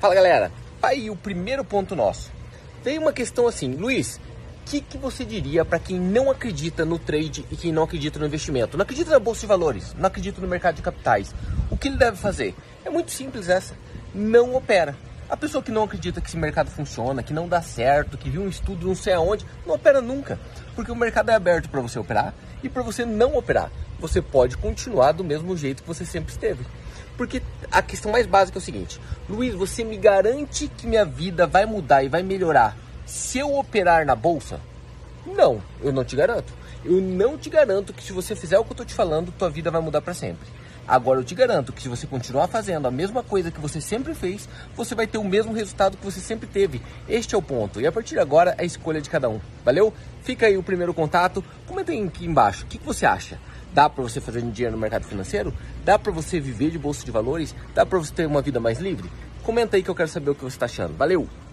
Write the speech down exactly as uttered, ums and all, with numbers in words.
Fala galera, aí o primeiro ponto nosso. Veio uma questão assim, Luiz, o que, que você diria para quem não acredita no trade e quem não acredita no investimento? Não acredita na bolsa de valores, não acredita no mercado de capitais. O que ele deve fazer? É muito simples essa, não opera. A pessoa que não acredita que esse mercado funciona, que não dá certo, que viu um estudo não sei aonde, não opera nunca. Porque o mercado é aberto para você operar e para você não operar. Você pode continuar do mesmo jeito que você sempre esteve. Porque a questão mais básica é o seguinte: Luiz, você me garante que minha vida vai mudar e vai melhorar se eu operar na bolsa? Não, eu não te garanto. Eu não te garanto que se você fizer o que eu estou te falando, tua vida vai mudar para sempre. Agora eu te garanto que se você continuar fazendo a mesma coisa que você sempre fez, você vai ter o mesmo resultado que você sempre teve. Este é o ponto. E a partir de agora é a escolha de cada um. Valeu? Fica aí o primeiro contato. Comenta aí aqui embaixo. O que, que você acha? Dá para você fazer dinheiro no mercado financeiro? Dá para você viver de bolsa de valores? Dá para você ter uma vida mais livre? Comenta aí que eu quero saber o que você está achando. Valeu!